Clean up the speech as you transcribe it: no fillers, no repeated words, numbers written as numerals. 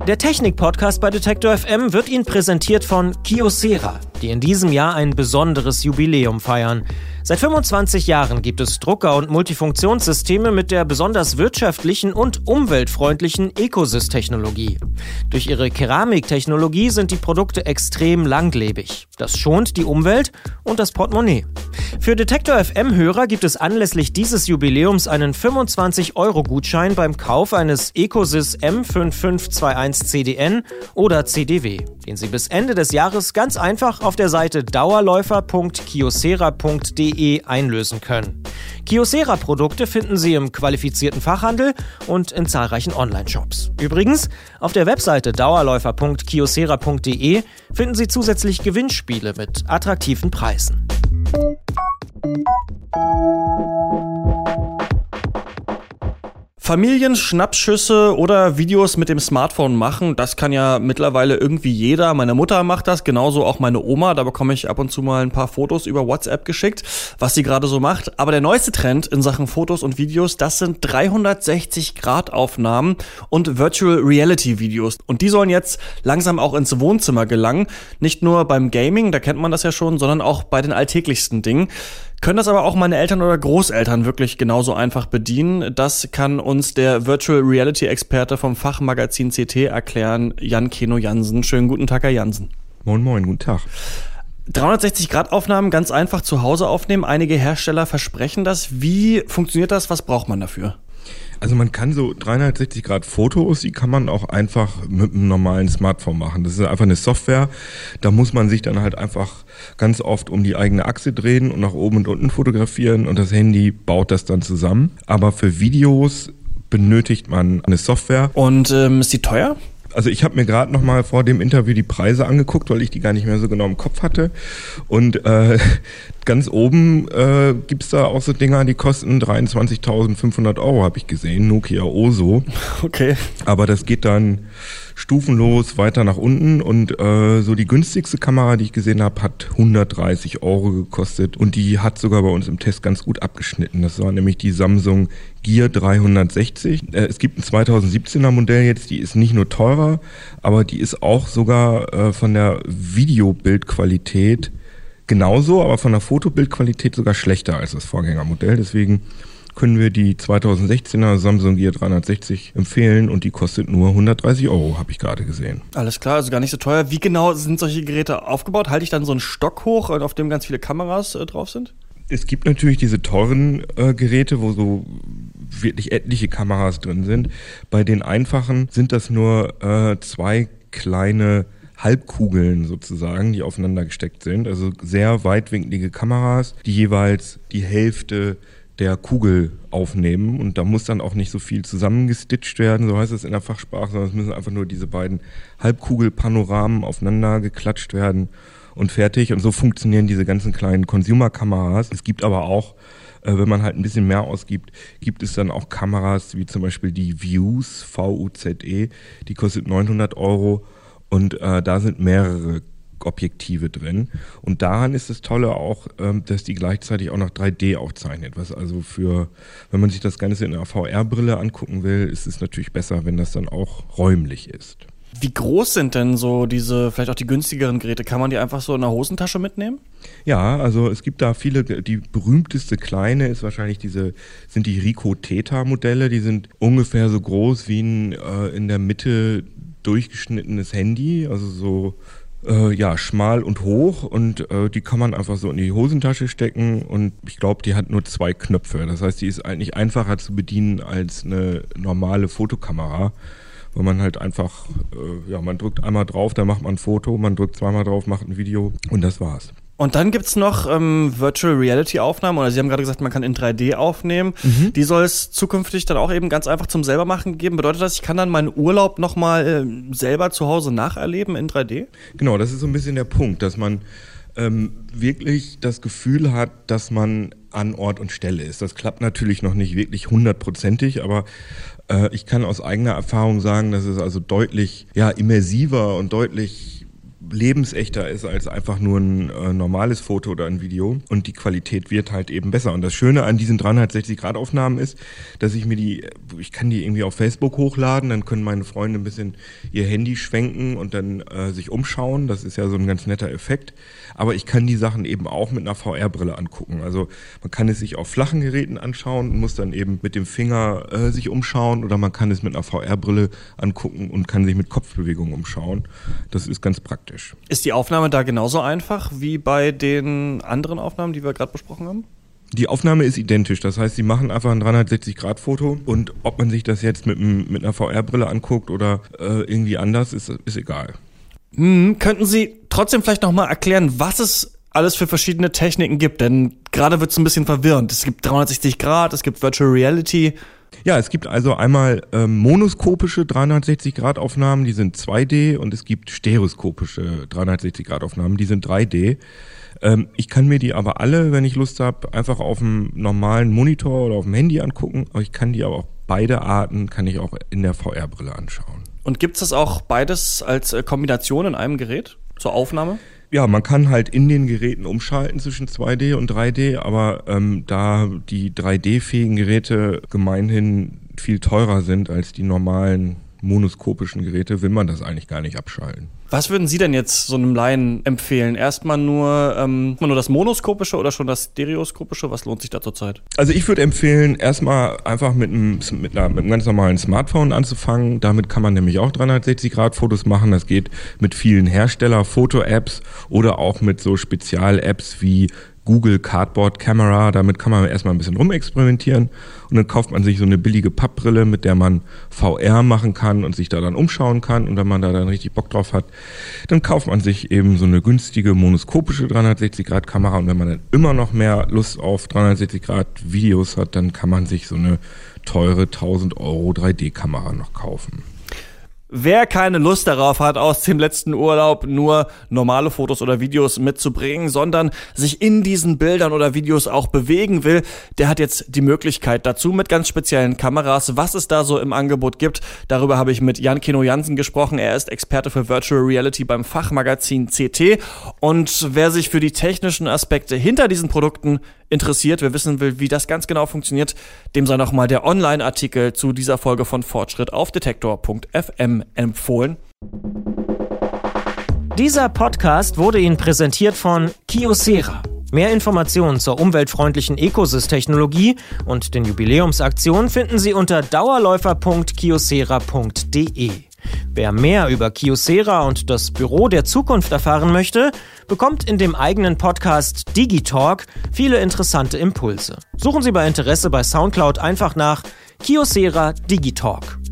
Der Technik-Podcast bei Detektor FM wird Ihnen präsentiert von Kyocera, die in diesem Jahr ein besonderes Jubiläum feiern. Seit 25 Jahren gibt es Drucker- und Multifunktionssysteme mit der besonders wirtschaftlichen und umweltfreundlichen Ecosys-Technologie. Durch ihre Keramiktechnologie sind die Produkte extrem langlebig. Das schont die Umwelt und das Portemonnaie. Für Detektor FM-Hörer gibt es anlässlich dieses Jubiläums einen 25-Euro-Gutschein beim Kauf eines Ecosys M5521 CDN oder CDW, den Sie bis Ende des Jahres ganz einfach auf der Seite dauerläufer.kyocera.de einlösen können. Kyocera-Produkte finden Sie im qualifizierten Fachhandel und in zahlreichen Online-Shops. Übrigens, auf der Webseite dauerläufer.kyocera.de finden Sie zusätzlich Gewinnspiele mit attraktiven Preisen. Familienschnappschüsse oder Videos mit dem Smartphone machen, das kann ja mittlerweile irgendwie jeder. Meine Mutter macht das, genauso auch meine Oma. Da bekomme ich ab und zu mal ein paar Fotos über WhatsApp geschickt, was sie gerade so macht. Aber der neueste Trend in Sachen Fotos und Videos, das sind 360-Grad-Aufnahmen und Virtual Reality-Videos. Und die sollen jetzt langsam auch ins Wohnzimmer gelangen. Nicht nur beim Gaming, da kennt man das ja schon, sondern auch bei den alltäglichsten Dingen. Können das aber auch meine Eltern oder Großeltern wirklich genauso einfach bedienen? Das kann uns der Virtual Reality Experte vom Fachmagazin CT erklären, Jan Keno Jansen. Schönen guten Tag, Herr Jansen. Moin, moin, guten Tag. 360-Grad-Aufnahmen ganz einfach zu Hause aufnehmen. Einige Hersteller versprechen das. Wie funktioniert das? Was braucht man dafür? Also man kann so 360-Grad-Fotos, die kann man auch einfach mit einem normalen Smartphone machen. Das ist einfach eine Software, da muss man sich dann halt einfach ganz oft um die eigene Achse drehen und nach oben und unten fotografieren und das Handy baut das dann zusammen. Aber für Videos benötigt man eine Software. Und ist die teuer? Also ich habe mir gerade noch mal vor dem Interview die Preise angeguckt, weil ich die gar nicht mehr so genau im Kopf hatte. Und ganz oben gibt's da auch so Dinger, die kosten 23.500 Euro, habe ich gesehen. Nokia Oso. Okay. Aber das geht dann stufenlos weiter nach unten und so die günstigste Kamera, die ich gesehen habe, hat 130 Euro gekostet und die hat sogar bei uns im Test ganz gut abgeschnitten. Das war nämlich die Samsung Gear 360. Es gibt ein 2017er Modell jetzt, die ist nicht nur teurer, aber die ist auch sogar von der Videobildqualität genauso, aber von der Fotobildqualität sogar schlechter als das Vorgängermodell. Deswegen können wir die 2016er Samsung Gear 360 empfehlen und die kostet nur 130 Euro, habe ich gerade gesehen. Alles klar, also gar nicht so teuer. Wie genau sind solche Geräte aufgebaut? Halte ich dann so einen Stock hoch, auf dem ganz viele Kameras drauf sind? Es gibt natürlich diese teuren Geräte, wo so wirklich etliche Kameras drin sind. Bei den einfachen sind das nur zwei kleine Halbkugeln sozusagen, die aufeinander gesteckt sind. Also sehr weitwinklige Kameras, die jeweils die Hälfte der Kugel aufnehmen und da muss dann auch nicht so viel zusammengestitcht werden, so heißt es in der Fachsprache, sondern es müssen einfach nur diese beiden Halbkugelpanoramen aufeinander geklatscht werden und fertig. Und so funktionieren diese ganzen kleinen Consumer-Kameras. Es gibt aber auch, wenn man halt ein bisschen mehr ausgibt, gibt es dann auch Kameras wie zum Beispiel die Views, VUZE, die kostet 900 Euro und da sind mehrere Objektive drin. Und daran ist das Tolle auch, dass die gleichzeitig auch noch 3D aufzeichnet. Was also wenn man sich das Ganze in einer VR-Brille angucken will, ist es natürlich besser, wenn das dann auch räumlich ist. Wie groß sind denn so diese, vielleicht auch die günstigeren Geräte? Kann man die einfach so in der Hosentasche mitnehmen? Ja, also es gibt da viele, die berühmteste kleine ist wahrscheinlich sind die Ricoh Theta Modelle, die sind ungefähr so groß wie ein in der Mitte durchgeschnittenes Handy, also so schmal und hoch und die kann man einfach so in die Hosentasche stecken und ich glaube, die hat nur 2 Knöpfe. Das heißt, die ist eigentlich einfacher zu bedienen als eine normale Fotokamera, weil man halt einfach, man drückt einmal drauf, dann macht man ein Foto, man drückt zweimal drauf, macht ein Video und das war's. Und dann gibt's noch Virtual Reality Aufnahmen, oder Sie haben gerade gesagt, man kann in 3D aufnehmen. Mhm. Die soll es zukünftig dann auch eben ganz einfach zum Selbermachen geben. Bedeutet das, ich kann dann meinen Urlaub nochmal selber zu Hause nacherleben in 3D? Genau, das ist so ein bisschen der Punkt, dass man wirklich das Gefühl hat, dass man an Ort und Stelle ist. Das klappt natürlich noch nicht wirklich 100%, aber ich kann aus eigener Erfahrung sagen, dass es also deutlich immersiver und deutlich lebensechter ist als einfach nur ein normales Foto oder ein Video und die Qualität wird halt eben besser. Und das Schöne an diesen 360-Grad-Aufnahmen ist, dass ich kann die irgendwie auf Facebook hochladen, dann können meine Freunde ein bisschen ihr Handy schwenken und dann sich umschauen. Das ist ja so ein ganz netter Effekt. Aber ich kann die Sachen eben auch mit einer VR-Brille angucken. Also man kann es sich auf flachen Geräten anschauen und muss dann eben mit dem Finger sich umschauen, oder man kann es mit einer VR-Brille angucken und kann sich mit Kopfbewegungen umschauen. Das ist ganz praktisch. Ist die Aufnahme da genauso einfach wie bei den anderen Aufnahmen, die wir gerade besprochen haben? Die Aufnahme ist identisch. Das heißt, sie machen einfach ein 360-Grad-Foto und ob man sich das jetzt mit einer VR-Brille anguckt oder irgendwie anders, ist egal. Könnten Sie trotzdem vielleicht nochmal erklären, was es alles für verschiedene Techniken gibt? Denn gerade wird es ein bisschen verwirrend. Es gibt 360 Grad, es gibt Virtual Reality. Ja, es gibt also einmal monoskopische 360-Grad-Aufnahmen, die sind 2D, und es gibt stereoskopische 360-Grad-Aufnahmen, die sind 3D. Ich kann mir die aber alle, wenn ich Lust habe, einfach auf dem normalen Monitor oder auf dem Handy angucken. Aber ich kann die aber auch, beide Arten kann ich auch in der VR-Brille anschauen. Und gibt es das auch beides als Kombination in einem Gerät zur Aufnahme? Ja, man kann halt in den Geräten umschalten zwischen 2D und 3D, aber da die 3D-fähigen Geräte gemeinhin viel teurer sind als die normalen monoskopischen Geräte, will man das eigentlich gar nicht abschalten. Was würden Sie denn jetzt so einem Laien empfehlen? Erstmal nur das monoskopische oder schon das stereoskopische? Was lohnt sich da zurzeit? Also ich würde empfehlen, erstmal einfach mit einem ganz normalen Smartphone anzufangen. Damit kann man nämlich auch 360-Grad-Fotos machen. Das geht mit vielen Hersteller-Foto-Apps oder auch mit so Spezial-Apps wie Google Cardboard Camera. Damit kann man erstmal ein bisschen rumexperimentieren und dann kauft man sich so eine billige Pappbrille, mit der man VR machen kann und sich da dann umschauen kann, und wenn man da dann richtig Bock drauf hat, dann kauft man sich eben so eine günstige monoskopische 360-Grad-Kamera, und wenn man dann immer noch mehr Lust auf 360-Grad-Videos hat, dann kann man sich so eine teure 1.000 € 3D-Kamera noch kaufen. Wer keine Lust darauf hat, aus dem letzten Urlaub nur normale Fotos oder Videos mitzubringen, sondern sich in diesen Bildern oder Videos auch bewegen will, der hat jetzt die Möglichkeit dazu mit ganz speziellen Kameras. Was es da so im Angebot gibt, darüber habe ich mit Jan Keno Jansen gesprochen. Er ist Experte für Virtual Reality beim Fachmagazin CT. Und wer sich für die technischen Aspekte hinter diesen Produkten interessiert, wer wissen will, wie das ganz genau funktioniert, dem sei nochmal der Online-Artikel zu dieser Folge von Fortschritt auf detektor.fm empfohlen. Dieser Podcast wurde Ihnen präsentiert von Kyocera. Mehr Informationen zur umweltfreundlichen Ecosys-Technologie und den Jubiläumsaktionen finden Sie unter dauerläufer.kyocera.de. Wer mehr über Kyocera und das Büro der Zukunft erfahren möchte, bekommt in dem eigenen Podcast Digitalk viele interessante Impulse. Suchen Sie bei Interesse bei Soundcloud einfach nach Kyocera Digitalk.